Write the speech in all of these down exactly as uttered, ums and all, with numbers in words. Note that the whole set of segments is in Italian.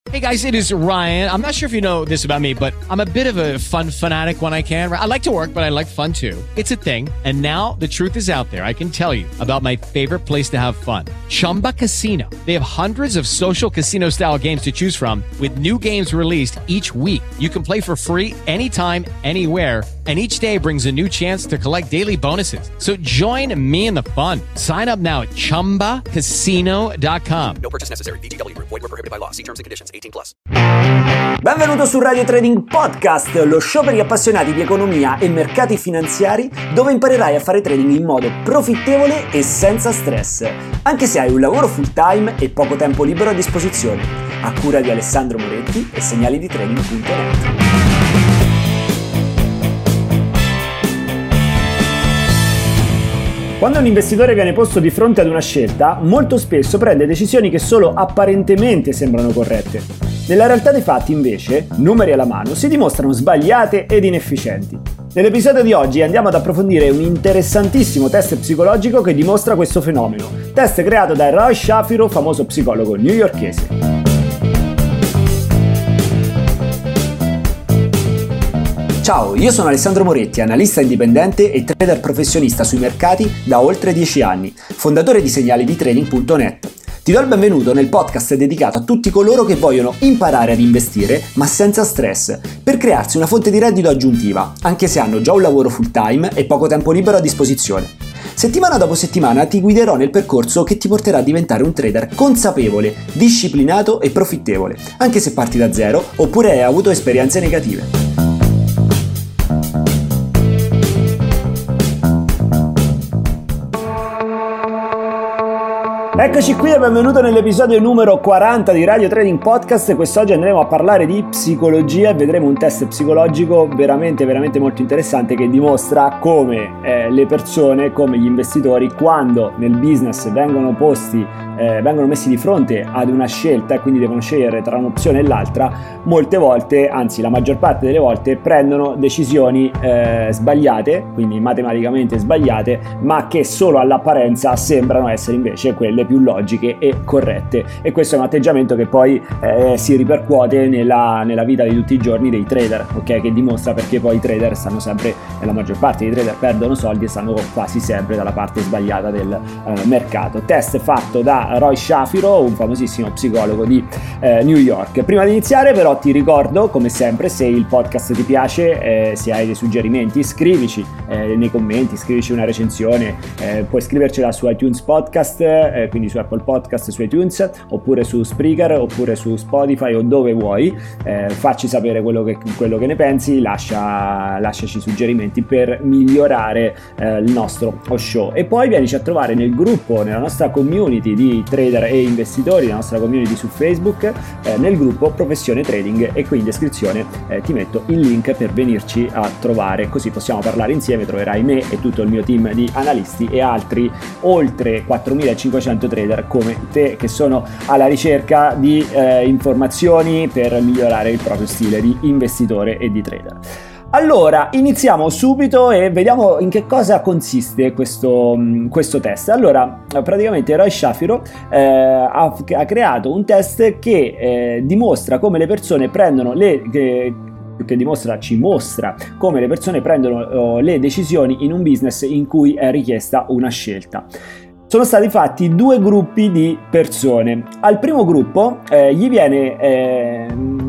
Hey guys, it is Ryan. I'm not sure if you know this about me, but I'm a bit of a fun fanatic when I can. I like to work, but I like fun too. It's a thing. And now the truth is out there. I can tell you about my favorite place to have fun. Chumba Casino. They have hundreds of social casino style games to choose from with new games released each week. You can play for free anytime, anywhere. And each day brings a new chance to collect daily bonuses. So join me in the fun. Sign up now at chumba casino dot com. No purchase necessary. V G W. Void where prohibited by law. See terms and conditions. eighteen plus. Benvenuto su Radio Trading Podcast, lo show per gli appassionati di economia e mercati finanziari, dove imparerai a fare trading in modo profittevole e senza stress, anche se hai un lavoro full time e poco tempo libero a disposizione. A cura di Alessandro Moretti e segnali di trading punto net. Quando un investitore viene posto di fronte ad una scelta, molto spesso prende decisioni che solo apparentemente sembrano corrette. Nella realtà dei fatti, invece, numeri alla mano, si dimostrano sbagliate ed inefficienti. Nell'episodio di oggi andiamo ad approfondire un interessantissimo test psicologico che dimostra questo fenomeno, test creato da Roy Shapiro, famoso psicologo newyorkese. Ciao, io sono Alessandro Moretti, analista indipendente e trader professionista sui mercati da oltre dieci anni, fondatore di segnali di trading punto net. Ti do il benvenuto nel podcast dedicato a tutti coloro che vogliono imparare ad investire, ma senza stress, per crearsi una fonte di reddito aggiuntiva, anche se hanno già un lavoro full time e poco tempo libero a disposizione. Settimana dopo settimana ti guiderò nel percorso che ti porterà a diventare un trader consapevole, disciplinato e profittevole, anche se parti da zero oppure hai avuto esperienze negative. Eccoci qui e benvenuto nell'episodio numero quaranta di Radio Trading Podcast. Quest'oggi andremo a parlare di psicologia e vedremo un test psicologico veramente veramente molto interessante che dimostra come eh, le persone, come gli investitori, quando nel business vengono posti eh, vengono messi di fronte ad una scelta e quindi devono scegliere tra un'opzione e l'altra, molte volte, anzi la maggior parte delle volte, prendono decisioni eh, sbagliate, quindi matematicamente sbagliate, ma che solo all'apparenza sembrano essere invece quelle più logiche e corrette. E questo è un atteggiamento che poi eh, si ripercuote nella, nella vita di tutti i giorni dei trader, ok? Che dimostra perché poi i trader stanno sempre, nella maggior parte dei trader perdono soldi e stanno quasi sempre dalla parte sbagliata del eh, mercato. Test fatto da Roy Shapiro, un famosissimo psicologo di eh, New York. Prima di iniziare però ti ricordo, come sempre, se il podcast ti piace, eh, se hai dei suggerimenti, scrivici eh, nei commenti, scrivici una recensione, eh, puoi scrivercela su iTunes Podcast, eh, quindi su Apple Podcast, su iTunes, oppure su Spreaker, oppure su Spotify o dove vuoi. Eh, facci sapere quello che, quello che ne pensi, lascia, lasciaci suggerimenti per migliorare eh, il nostro show. E poi vienici a trovare nel gruppo, nella nostra community di trader e investitori, la nostra community su Facebook, eh, nel gruppo Professione Trading, e qui in descrizione eh, ti metto il link per venirci a trovare, così possiamo parlare insieme. Troverai me e tutto il mio team di analisti e altri oltre quattromilacinquecento trader come te che sono alla ricerca di eh, informazioni per migliorare il proprio stile di investitore e di trader. Allora, iniziamo subito e vediamo in che cosa consiste questo, questo test. Allora, praticamente Roy Shapiro eh, ha, ha creato un test che eh, dimostra come le persone prendono le... Che, che dimostra, ci mostra come le persone prendono oh, le decisioni in un business in cui è richiesta una scelta. Sono stati fatti due gruppi di persone. Al primo gruppo eh, gli viene eh,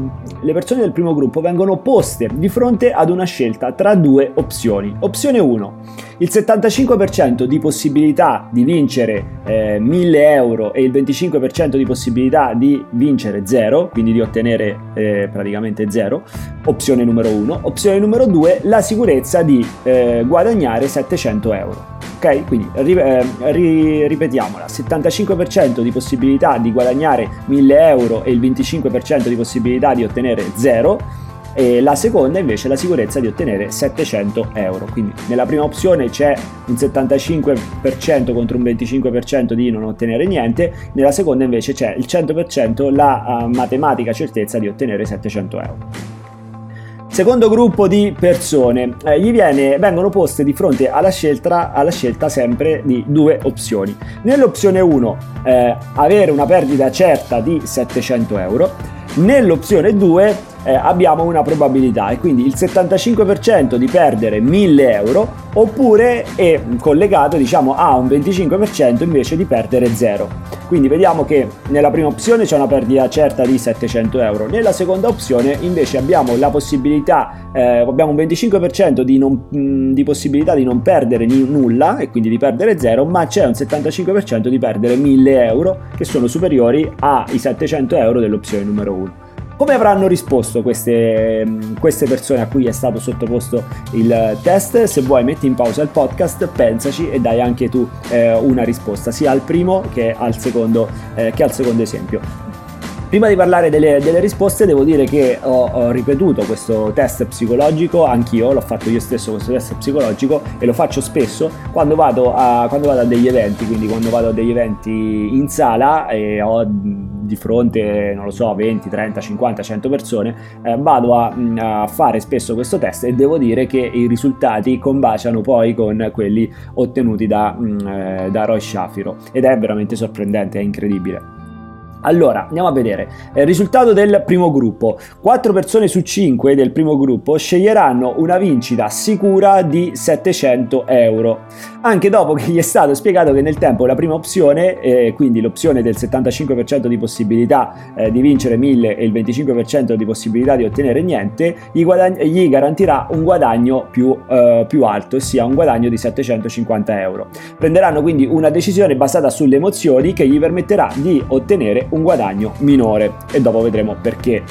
le persone del primo gruppo vengono poste di fronte ad una scelta tra due opzioni. Opzione uno, il settantacinque per cento di possibilità di vincere eh, mille euro e il venticinque per cento di possibilità di vincere zero, quindi di ottenere eh, praticamente zero. Opzione numero uno. Opzione numero due, la sicurezza di eh, guadagnare settecento euro. Ok, quindi ri, eh, ri, ripetiamola: settantacinque per cento di possibilità di guadagnare mille euro e il venticinque per cento di possibilità di ottenere zero, e la seconda invece la sicurezza di ottenere settecento euro. Quindi nella prima opzione c'è un settantacinque per cento contro un venticinque per cento di non ottenere niente, nella seconda invece c'è il cento per cento la uh, matematica certezza di ottenere settecento euro. Secondo gruppo di persone, eh, gli viene, vengono poste di fronte alla scelta, alla scelta sempre di due opzioni. Nell'opzione uno, eh, avere una perdita certa di settecento euro. Nell'opzione due eh, abbiamo una probabilità, e quindi il settantacinque per cento di perdere mille euro, oppure è collegato, diciamo, a un venticinque per cento invece di perdere zero. Quindi vediamo che nella prima opzione c'è una perdita certa di settecento euro, nella seconda opzione invece abbiamo la possibilità, eh, abbiamo un venticinque per cento di, non, mh, di possibilità di non perdere ni- nulla, e quindi di perdere zero, ma c'è un settantacinque per cento di perdere mille euro, che sono superiori ai settecento euro dell'opzione numero uno. Come avranno risposto queste, queste persone a cui è stato sottoposto il test? Se vuoi metti in pausa il podcast, pensaci e dai anche tu eh, una risposta, sia al primo che al secondo, eh, che al secondo esempio. Prima di parlare delle, delle risposte devo dire che ho, ho ripetuto questo test psicologico, anch'io l'ho fatto io stesso questo test psicologico, e lo faccio spesso quando vado a, quando vado a degli eventi, quindi quando vado a degli eventi in sala e ho di fronte, non lo so, venti, trenta, cinquanta, cento persone, eh, vado a, a fare spesso questo test, e devo dire che i risultati combaciano poi con quelli ottenuti da, eh, da Roy Shapiro, ed è veramente sorprendente, è incredibile. Allora, andiamo a vedere il risultato del primo gruppo. quattro persone su cinque del primo gruppo sceglieranno una vincita sicura di settecento euro, anche dopo che gli è stato spiegato che nel tempo la prima opzione, eh, quindi l'opzione del settantacinque per cento di possibilità eh, di vincere mille e il venticinque per cento di possibilità di ottenere niente, gli, guadagn- gli garantirà un guadagno più, eh, più alto, ossia un guadagno di settecentocinquanta euro. Prenderanno quindi una decisione basata sulle emozioni che gli permetterà di ottenere un guadagno minore, e dopo vedremo perché.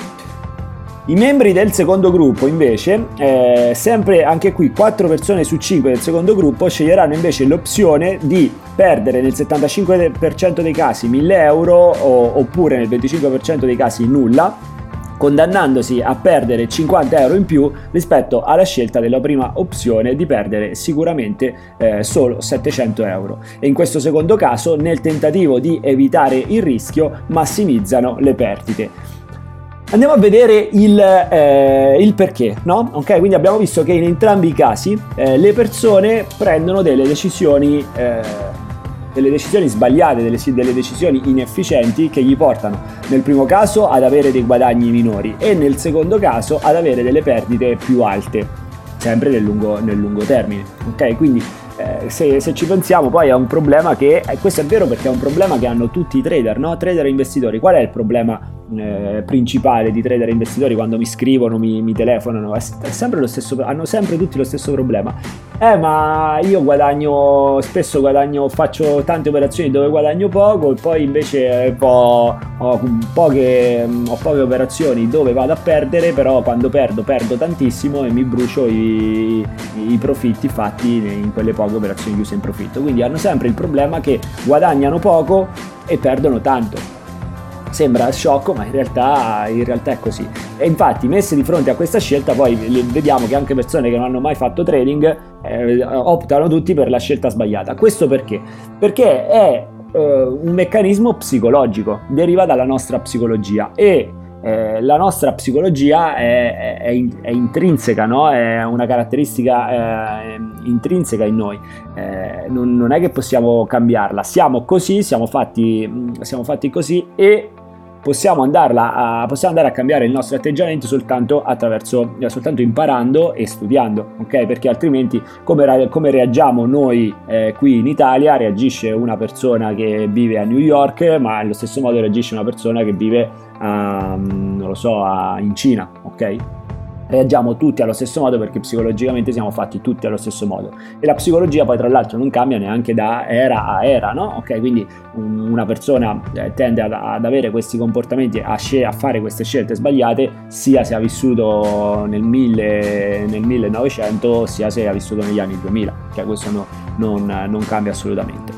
I membri del secondo gruppo invece, eh, sempre anche qui quattro persone su cinque del secondo gruppo sceglieranno invece l'opzione di perdere nel settantacinque per cento dei casi mille euro o, oppure nel venticinque per cento dei casi nulla, condannandosi a perdere cinquanta euro in più rispetto alla scelta della prima opzione di perdere sicuramente eh, solo settecento euro. E in questo secondo caso, nel tentativo di evitare il rischio, massimizzano le perdite. Andiamo a vedere il, eh, il perché, no? Ok, quindi abbiamo visto che in entrambi i casi eh, le persone prendono delle decisioni eh, delle decisioni sbagliate, delle, delle decisioni inefficienti, che gli portano nel primo caso ad avere dei guadagni minori e nel secondo caso ad avere delle perdite più alte, sempre nel lungo, nel lungo termine. Ok, quindi eh, se, se ci pensiamo poi è un problema che, eh, questo è vero perché è un problema che hanno tutti i trader, no? Trader e investitori. Qual è il problema eh, principale di trader e investitori quando mi scrivono, mi, mi telefonano? È, è sempre lo stesso, hanno sempre tutti lo stesso problema. Eh ma io guadagno, spesso guadagno, faccio tante operazioni dove guadagno poco, e poi invece ho, ho, poche, ho poche operazioni dove vado a perdere, però quando perdo perdo tantissimo e mi brucio i, i profitti fatti in quelle poche operazioni chiuse in profitto. Quindi hanno sempre il problema che guadagnano poco e perdono tanto. Sembra sciocco, ma in realtà, in realtà è così. E infatti, messe di fronte a questa scelta, poi vediamo che anche persone che non hanno mai fatto trading eh, optano tutti per la scelta sbagliata. Questo perché? Perché è eh, un meccanismo psicologico, deriva dalla nostra psicologia, e eh, la nostra psicologia è, è, è intrinseca, no? È una caratteristica eh, intrinseca in noi, eh, non, non è che possiamo cambiarla. Siamo così, siamo fatti, siamo fatti così, e possiamo andarla a, possiamo andare a cambiare il nostro atteggiamento soltanto attraverso, soltanto imparando e studiando, ok? Perché altrimenti come, come reagiamo noi eh, qui in Italia, reagisce una persona che vive a New York, ma allo stesso modo reagisce una persona che vive a, non lo so, a, in Cina, ok? Reagiamo tutti allo stesso modo perché psicologicamente siamo fatti tutti allo stesso modo, e la psicologia poi tra l'altro non cambia neanche da era a era, no? Ok, quindi una persona tende ad, ad avere questi comportamenti, a, sce- a fare queste scelte sbagliate, sia se ha vissuto nel, mille, nel millenovecento, sia se ha vissuto negli anni duemila, che questo no, non, non cambia assolutamente.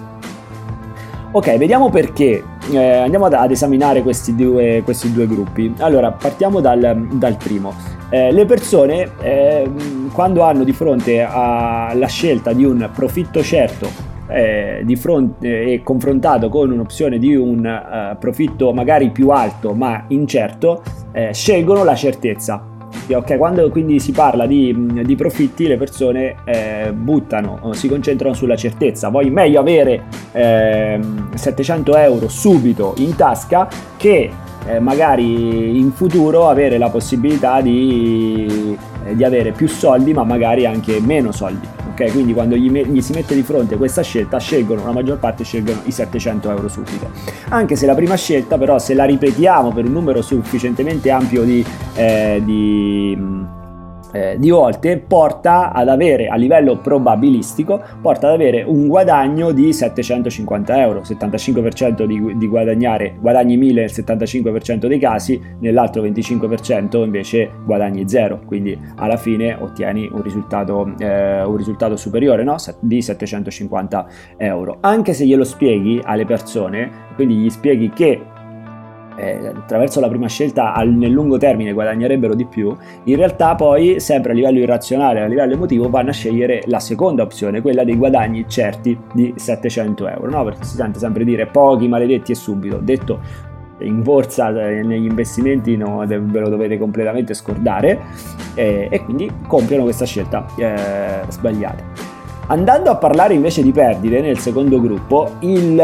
Ok, vediamo perché, eh, andiamo ad, ad esaminare questi due, questi due gruppi. Allora, partiamo dal, dal primo. Eh, le persone, eh, quando hanno di fronte alla scelta di un profitto certo eh, di fronte e eh, confrontato con un'opzione di un uh, profitto magari più alto ma incerto, eh, scelgono la certezza. Ok, quando quindi si parla di, di profitti, le persone eh, buttano, si concentrano sulla certezza. Poi meglio avere eh, settecento euro subito in tasca che eh, magari in futuro avere la possibilità di, eh, di avere più soldi, ma magari anche meno soldi. Ok, quindi quando gli, me- gli si mette di fronte questa scelta, scelgono, la maggior parte scelgono i settecento euro subito. Anche se la prima scelta, però, se la ripetiamo per un numero sufficientemente ampio di, eh, di Eh, di volte, porta ad avere, a livello probabilistico, porta ad avere un guadagno di settecentocinquanta euro, settantacinque per cento di, di guadagnare, guadagni mille nel settantacinque per cento dei casi, nell'altro venticinque per cento invece guadagni zero, quindi alla fine ottieni un risultato, eh, un risultato superiore, no? di settecentocinquanta euro. Anche se glielo spieghi alle persone, quindi gli spieghi che Eh, attraverso la prima scelta al, nel lungo termine guadagnerebbero di più, in realtà poi sempre a livello irrazionale, a livello emotivo, vanno a scegliere la seconda opzione, quella dei guadagni certi di settecento euro, no? Perché si sente sempre dire pochi, maledetti e subito. Detto in borsa, negli investimenti, no, ve lo dovete completamente scordare, eh, e quindi compiono questa scelta eh, sbagliata. Andando a parlare invece di perdite, nel secondo gruppo il,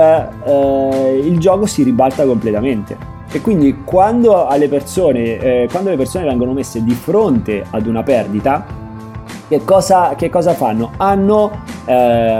eh, il gioco si ribalta completamente. E quindi quando alle persone, eh, quando le persone vengono messe di fronte ad una perdita, che cosa, che cosa fanno? Hanno, eh,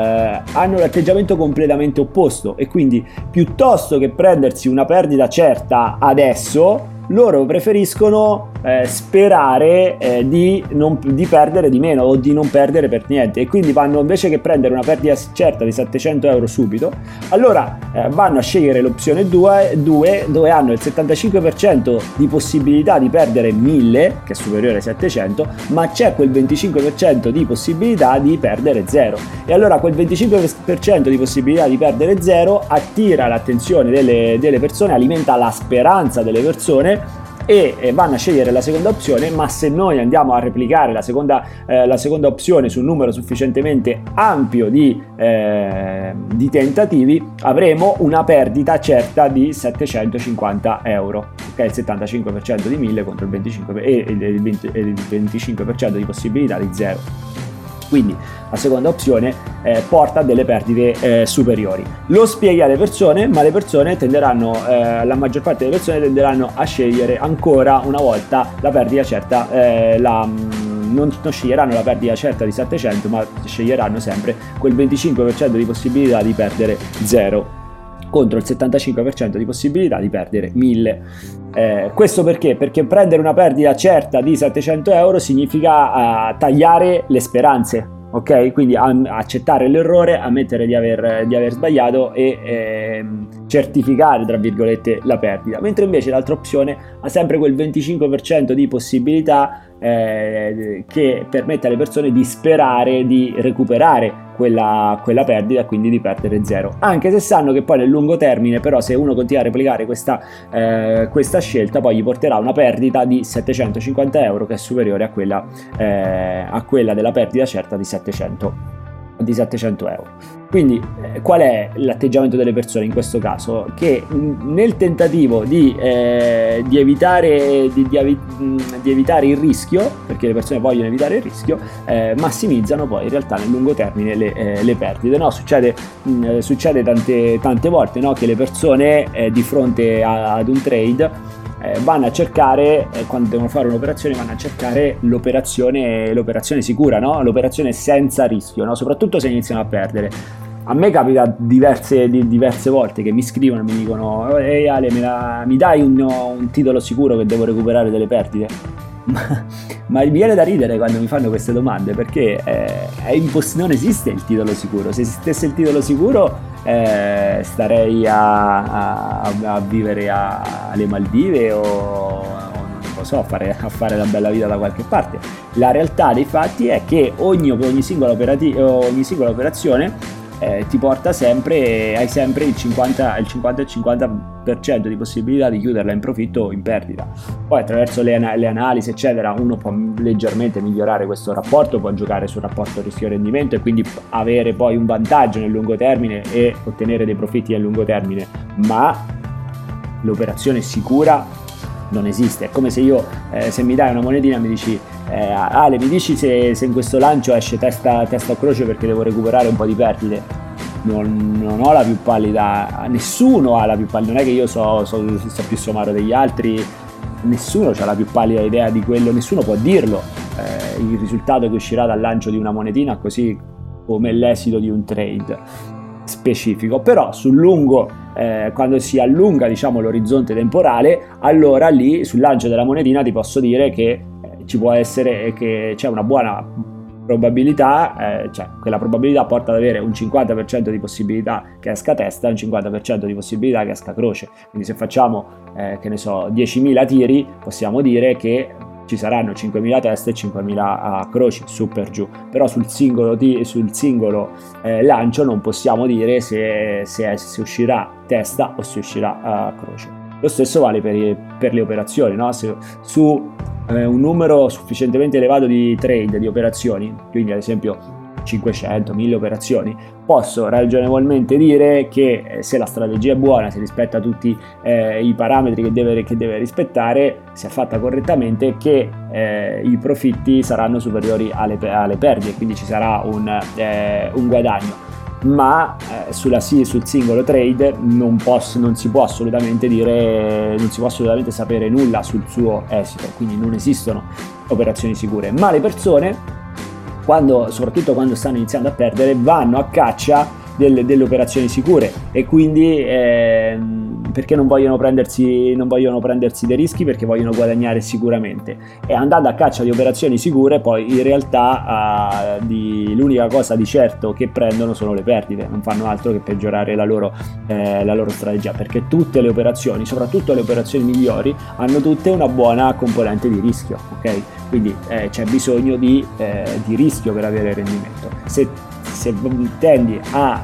hanno l'atteggiamento completamente opposto, e quindi piuttosto che prendersi una perdita certa adesso, loro preferiscono eh, sperare eh, di, non, di perdere di meno o di non perdere per niente, e quindi vanno, invece che prendere una perdita certa di settecento euro subito, allora eh, vanno a scegliere l'opzione due, dove hanno il settantacinque per cento di possibilità di perdere mille, che è superiore ai settecento, ma c'è quel venticinque per cento di possibilità di perdere zero, e allora quel venticinque per cento di possibilità di perdere zero attira l'attenzione delle, delle persone, alimenta la speranza delle persone, e vanno a scegliere la seconda opzione. Ma se noi andiamo a replicare la seconda, eh, la seconda opzione su un numero sufficientemente ampio di, eh, di tentativi, avremo una perdita certa di settecentocinquanta euro, ok? Il settantacinque per cento di mille contro il venticinque per cento e il, venti, il venticinque per cento di possibilità di zero. Quindi la seconda opzione eh, porta a delle perdite eh, superiori. Lo spieghi alle persone, ma le persone tenderanno, eh, la maggior parte delle persone tenderanno a scegliere ancora una volta la perdita certa, eh, la, non, non sceglieranno la perdita certa di settecento, ma sceglieranno sempre quel venticinque per cento di possibilità di perdere zero contro il settantacinque per cento di possibilità di perdere mille. Eh, questo perché? Perché prendere una perdita certa di settecento euro significa uh, tagliare le speranze, ok? Quindi um, accettare l'errore, ammettere di aver, di aver sbagliato e eh, certificare, tra virgolette, la perdita. Mentre invece l'altra opzione ha sempre quel venticinque per cento di possibilità eh, che permette alle persone di sperare di recuperare quella, quella perdita, quindi di perdere zero, anche se sanno che poi nel lungo termine, però, se uno continua a replicare questa, eh, questa scelta, poi gli porterà una perdita di settecentocinquanta euro, che è superiore a quella, eh, a quella della perdita certa di settecento, di settecento euro. Quindi eh, qual è l'atteggiamento delle persone in questo caso? Che mh, nel tentativo di, eh, di, evitare, di, di, di evitare il rischio, perché le persone vogliono evitare il rischio, eh, massimizzano poi in realtà nel lungo termine le, eh, le perdite, no? Succede, mh, succede tante, tante volte, no? Che le persone eh, di fronte a, ad un trade Eh, vanno a cercare, eh, quando devono fare un'operazione, vanno a cercare l'operazione, l'operazione sicura, no? L'operazione senza rischio, no? Soprattutto se iniziano a perdere. A me capita diverse, di, diverse volte che mi scrivono e mi dicono: ehi Ale, me la, mi dai un, un titolo sicuro che devo recuperare delle perdite? Ma, ma mi viene da ridere quando mi fanno queste domande, perché eh, è imposs- non esiste il titolo sicuro. Se esistesse il titolo sicuro eh, starei a, a, a vivere a, alle Maldive o, o non lo so, a fare, a fare la bella vita da qualche parte. La realtà dei fatti è che ogni, ogni, singola, operati- ogni singola operazione Eh, ti porta sempre, hai sempre il cinquanta e il cinquanta per cento di possibilità di chiuderla in profitto o in perdita. Poi attraverso le, le analisi eccetera uno può leggermente migliorare questo rapporto, può giocare sul rapporto rischio-rendimento e quindi avere poi un vantaggio nel lungo termine e ottenere dei profitti nel lungo termine, ma l'operazione sicura non esiste. È come se io, eh, se mi dai una monetina e mi dici eh, Ale, mi dici se, se in questo lancio esce testa, testa o croce perché devo recuperare un po' di perdite. non, non ho la più pallida, nessuno ha la più pallida, non è che io so, so, so più somaro degli altri, nessuno ha la più pallida idea di quello, nessuno può dirlo, eh, il risultato che uscirà dal lancio di una monetina, così come l'esito di un trade specifico. Però sul lungo, eh, quando si allunga, diciamo, l'orizzonte temporale, allora lì sul lancio della monetina ti posso dire che eh, ci può essere, che c'è una buona probabilità, eh, cioè quella probabilità porta ad avere un cinquanta per cento di possibilità che esca testa e un cinquanta per cento di possibilità che esca croce. Quindi se facciamo eh, che ne so diecimila tiri, possiamo dire che ci saranno cinquemila teste e cinquemila croci, su per giù. Però sul singolo, t- sul singolo eh, lancio non possiamo dire se, se, se uscirà testa o se uscirà uh, croce. Lo stesso vale per, i, per le operazioni, no? Se su eh, un numero sufficientemente elevato di trade, di operazioni, quindi ad esempio cinquecento, mille operazioni, posso ragionevolmente dire che eh, se la strategia è buona, se rispetta tutti eh, i parametri che deve, che deve rispettare, se è fatta correttamente, che eh, i profitti saranno superiori alle, alle perdite, quindi ci sarà un, eh, un guadagno. Ma eh, sulla, sul singolo trade non, posso, non si può assolutamente dire, non si può assolutamente sapere nulla sul suo esito, quindi non esistono operazioni sicure. Ma le persone, quando, soprattutto quando stanno iniziando a perdere, vanno a caccia delle, delle operazioni sicure, e quindi eh, perché non vogliono prendersi non vogliono prendersi dei rischi, perché vogliono guadagnare sicuramente, e andando a caccia di operazioni sicure poi in realtà eh, di, l'unica cosa di certo che prendono sono le perdite, non fanno altro che peggiorare la loro, eh, la loro strategia, perché tutte le operazioni, soprattutto le operazioni migliori, hanno tutte una buona componente di rischio, ok? Quindi eh, c'è bisogno di, eh, di rischio per avere rendimento. Se Se tendi a,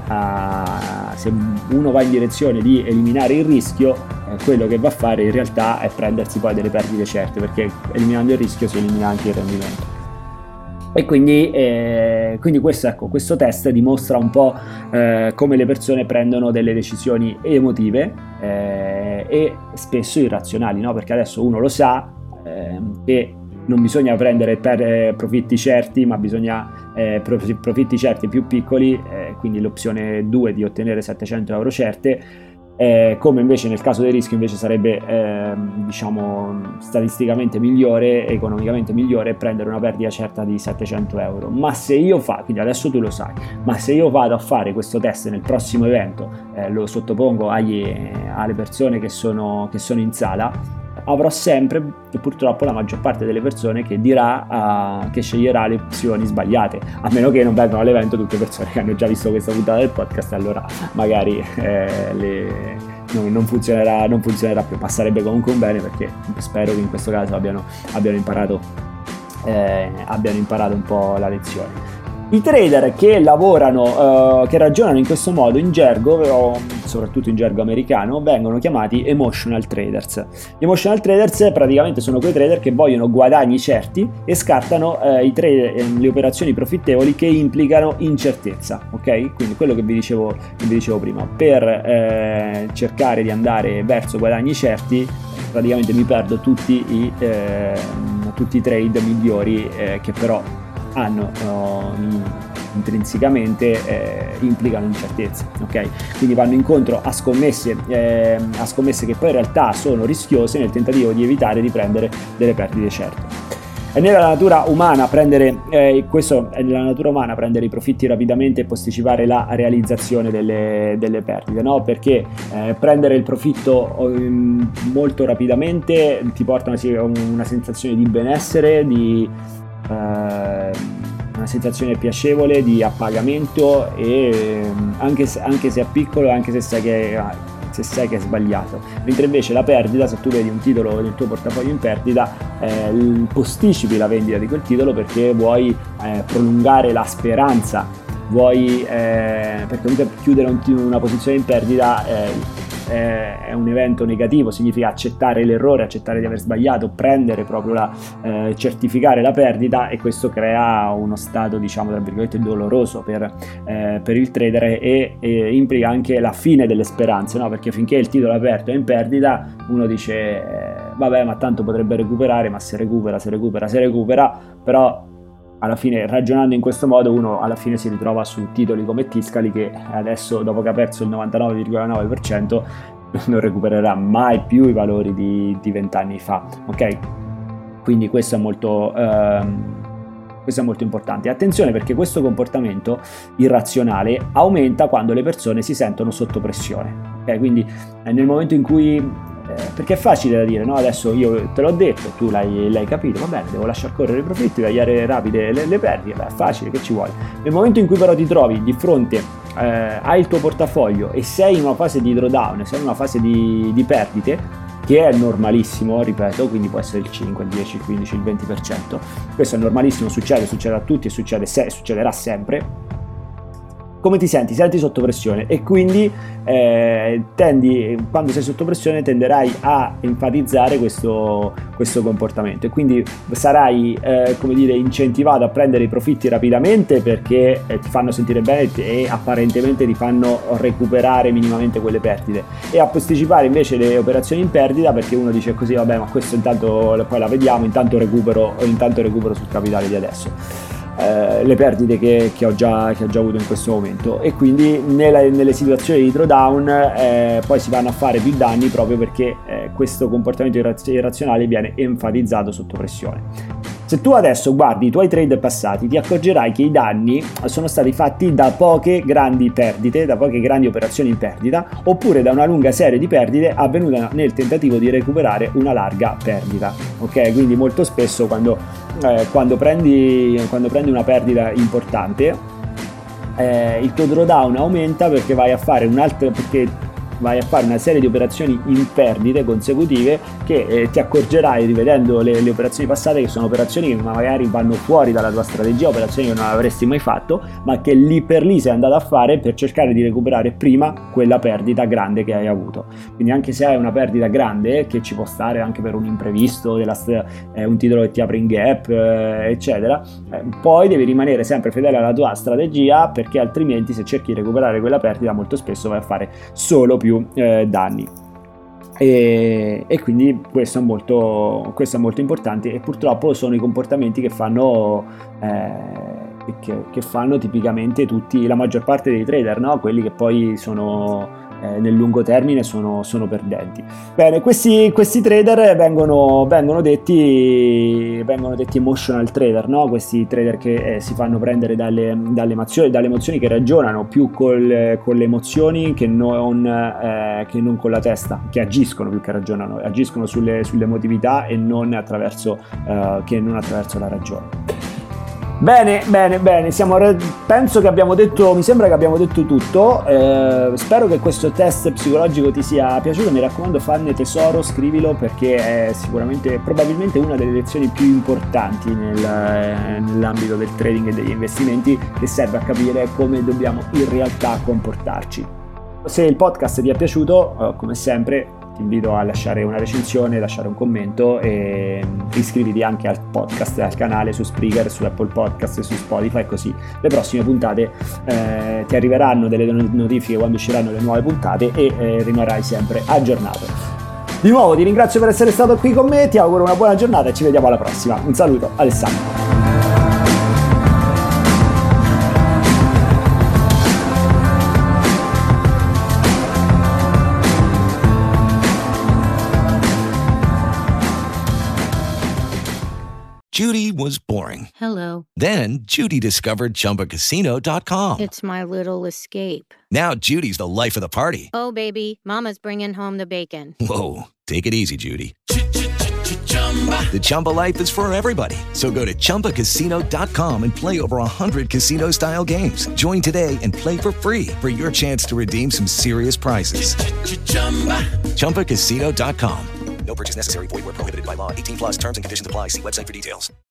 a se uno va in direzione di eliminare il rischio, eh, quello che va a fare in realtà è prendersi poi delle perdite certe, perché eliminando il rischio si elimina anche il rendimento. E quindi, eh, quindi questo, ecco, questo test dimostra un po' eh, come le persone prendono delle decisioni emotive eh, e spesso irrazionali, no? Perché adesso uno lo sa eh, che non bisogna prendere per eh, profitti certi, ma bisogna eh, profitti certi più piccoli, eh, quindi l'opzione due di ottenere settecento euro certe, eh, come invece nel caso dei rischi invece sarebbe eh, diciamo statisticamente migliore, economicamente migliore, prendere una perdita certa di settecento euro. Ma se io fa, quindi adesso tu lo sai, ma se io vado a fare questo test nel prossimo evento, eh, lo sottopongo agli, alle persone che sono, che sono in sala, avrò sempre, e purtroppo la maggior parte delle persone, che dirà uh, che sceglierà le opzioni sbagliate, a meno che non vengano all'evento tutte persone che hanno già visto questa puntata del podcast, allora magari eh, le, no, non, funzionerà, non funzionerà più, ma sarebbe comunque un bene, perché spero che in questo caso abbiano, abbiano, imparato, eh, abbiano imparato un po' la lezione. I trader che lavorano, uh, che ragionano in questo modo in gergo, o soprattutto in gergo americano, vengono chiamati emotional traders. Gli emotional traders praticamente sono quei trader che vogliono guadagni certi e scartano uh, i trader, eh, le operazioni profittevoli che implicano incertezza, ok? Quindi quello che vi dicevo, che vi dicevo prima, per eh, cercare di andare verso guadagni certi, praticamente mi perdo tutti i, eh, tutti i trade migliori eh, che però hanno uh, intrinsecamente eh, implicano incertezze, ok? Quindi vanno incontro a scommesse eh, a scommesse che poi in realtà sono rischiose, nel tentativo di evitare di prendere delle perdite certe. È nella natura umana prendere eh, questo è nella natura umana prendere i profitti rapidamente e posticipare la realizzazione delle, delle perdite, no? Perché eh, prendere il profitto um, molto rapidamente ti porta a una, una sensazione di benessere, di Uh, una sensazione piacevole di appagamento, e um, anche, se, anche se è piccolo, anche se sai che, se sai che è sbagliato. Mentre invece la perdita, se tu vedi un titolo nel tuo portafoglio in perdita, eh, posticipi la vendita di quel titolo perché vuoi eh, prolungare la speranza, vuoi eh, perché comunque chiudere un, una posizione in perdita eh, è un evento negativo, significa accettare l'errore, accettare di aver sbagliato, prendere proprio la eh, certificare la perdita, e questo crea uno stato, diciamo tra virgolette, doloroso per, eh, per il trader, e, e implica anche la fine delle speranze, no? Perché finché il titolo aperto è in perdita uno dice eh, vabbè, ma tanto potrebbe recuperare, ma se recupera, se recupera, se recupera, però alla fine, ragionando in questo modo, uno alla fine si ritrova su titoli come Tiscali, che adesso, dopo che ha perso il novantanove virgola nove per cento, non recupererà mai più i valori di vent'anni fa, ok? Quindi questo è molto ehm, questo è molto importante. Attenzione, perché questo comportamento irrazionale aumenta quando le persone si sentono sotto pressione, ok? Quindi eh, nel momento in cui eh, perché è facile da dire, no? Adesso io te l'ho detto, tu l'hai, l'hai capito, va bene, devo lasciar correre i profitti, tagliare rapide le, le perdite, beh, è facile, che ci vuole. Nel momento in cui però ti trovi di fronte eh, hai il tuo portafoglio e sei in una fase di drawdown, sei in una fase di, di perdite, che è normalissimo, ripeto, quindi può essere il cinque, il dieci, il quindici, il venti per cento, questo è normalissimo, succede, succede a tutti e succede se, succederà sempre. Come ti senti? Senti sotto pressione, e quindi eh, tendi, quando sei sotto pressione tenderai a enfatizzare questo, questo comportamento, e quindi sarai eh, come dire, incentivato a prendere i profitti rapidamente, perché eh, ti fanno sentire bene e apparentemente ti fanno recuperare minimamente quelle perdite, e a posticipare invece le operazioni in perdita, perché uno dice così, vabbè, ma questo intanto poi la vediamo, intanto recupero, intanto recupero sul capitale di adesso. Eh, le perdite che, che, ho già, che ho già avuto in questo momento, e quindi nella, nelle situazioni di drawdown eh, poi si vanno a fare più danni, proprio perché eh, questo comportamento irrazionale viene enfatizzato sotto pressione. Se tu adesso guardi i tuoi trade passati, ti accorgerai che i danni sono stati fatti da poche grandi perdite, da poche grandi operazioni in perdita, oppure da una lunga serie di perdite avvenuta nel tentativo di recuperare una larga perdita, ok? Quindi molto spesso quando, eh, quando, prendi, quando prendi una perdita importante, eh, il tuo drawdown aumenta, perché vai a fare un altro, perché vai a fare una serie di operazioni in perdite consecutive, che eh, ti accorgerai, rivedendo le, le operazioni passate, che sono operazioni che magari vanno fuori dalla tua strategia, operazioni che non avresti mai fatto, ma che lì per lì sei andato a fare per cercare di recuperare prima quella perdita grande che hai avuto. Quindi anche se hai una perdita grande, che ci può stare anche per un imprevisto, della, eh, un titolo che ti apre in gap, eh, eccetera, eh, poi devi rimanere sempre fedele alla tua strategia, perché altrimenti, se cerchi di recuperare quella perdita, molto spesso vai a fare solo più più eh, danni, e, e quindi questo è molto questo è molto importante, e purtroppo sono i comportamenti che fanno eh, che, che fanno tipicamente tutti, la maggior parte dei trader, no? Quelli che poi sono eh, nel lungo termine sono, sono perdenti. Bene, questi, questi trader vengono, vengono detti vengono detti emotional trader, no? Questi trader che eh, si fanno prendere dalle, dalle, emozioni, dalle emozioni, che ragionano più col, con le emozioni che non, eh, che non con la testa, che agiscono più che ragionano, agiscono sulle, sulle emotività e non attraverso, eh, che non attraverso la ragione. Bene, bene, bene, siamo, penso che abbiamo detto, mi sembra che abbiamo detto tutto, eh, spero che questo test psicologico ti sia piaciuto, mi raccomando, farne tesoro, scrivilo, perché è sicuramente, probabilmente una delle lezioni più importanti nel, eh, nell'ambito del trading e degli investimenti, che serve a capire come dobbiamo in realtà comportarci. Se il podcast ti è piaciuto, eh, come sempre, ti invito a lasciare una recensione, lasciare un commento, e iscriviti anche al podcast, al canale su Spreaker, su Apple Podcast e su Spotify, così le prossime puntate eh, ti arriveranno delle notifiche quando usciranno le nuove puntate, e eh, rimarrai sempre aggiornato. Di nuovo ti ringrazio per essere stato qui con me, ti auguro una buona giornata e ci vediamo alla prossima. Un saluto, Alessandro. Judy was boring. Hello. Then Judy discovered Chumba Casino dot com. It's my little escape. Now Judy's the life of the party. Oh, baby, mama's bringing home the bacon. Whoa, take it easy, Judy. The Chumba life is for everybody. So go to Chumba Casino dot com and play over one hundred casino-style games. Join today and play for free for your chance to redeem some serious prizes. Chumba Casino dot com. No purchase necessary. Void where prohibited by law. eighteen plus terms and conditions apply. See website for details.